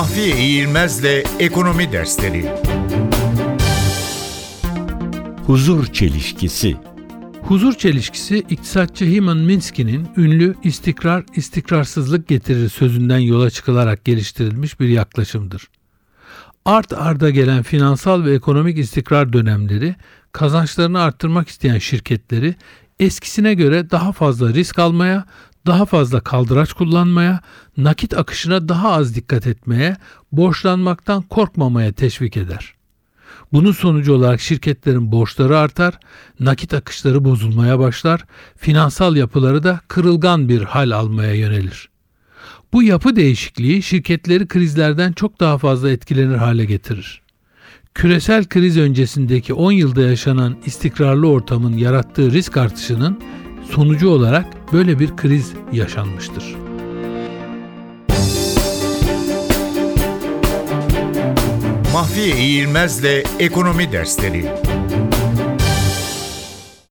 Mahfiye İğilmez'le Ekonomi Dersleri. Huzur çelişkisi. Huzur çelişkisi, iktisatçı Hyman Minsky'nin ünlü "istikrar, istikrarsızlık getirir" sözünden yola çıkılarak geliştirilmiş bir yaklaşımdır. Art arda gelen finansal ve ekonomik istikrar dönemleri, kazançlarını arttırmak isteyen şirketleri eskisine göre daha fazla risk almaya, daha fazla kaldıraç kullanmaya, nakit akışına daha az dikkat etmeye, borçlanmaktan korkmamaya teşvik eder. Bunun sonucu olarak şirketlerin borçları artar, nakit akışları bozulmaya başlar, finansal yapıları da kırılgan bir hal almaya yönelir. Bu yapı değişikliği şirketleri krizlerden çok daha fazla etkilenir hale getirir. Küresel kriz öncesindeki 10 yılda yaşanan istikrarlı ortamın yarattığı risk artışının sonucu olarak böyle bir kriz yaşanmıştır. Mahfiye İğilmez'le Ekonomi Dersleri.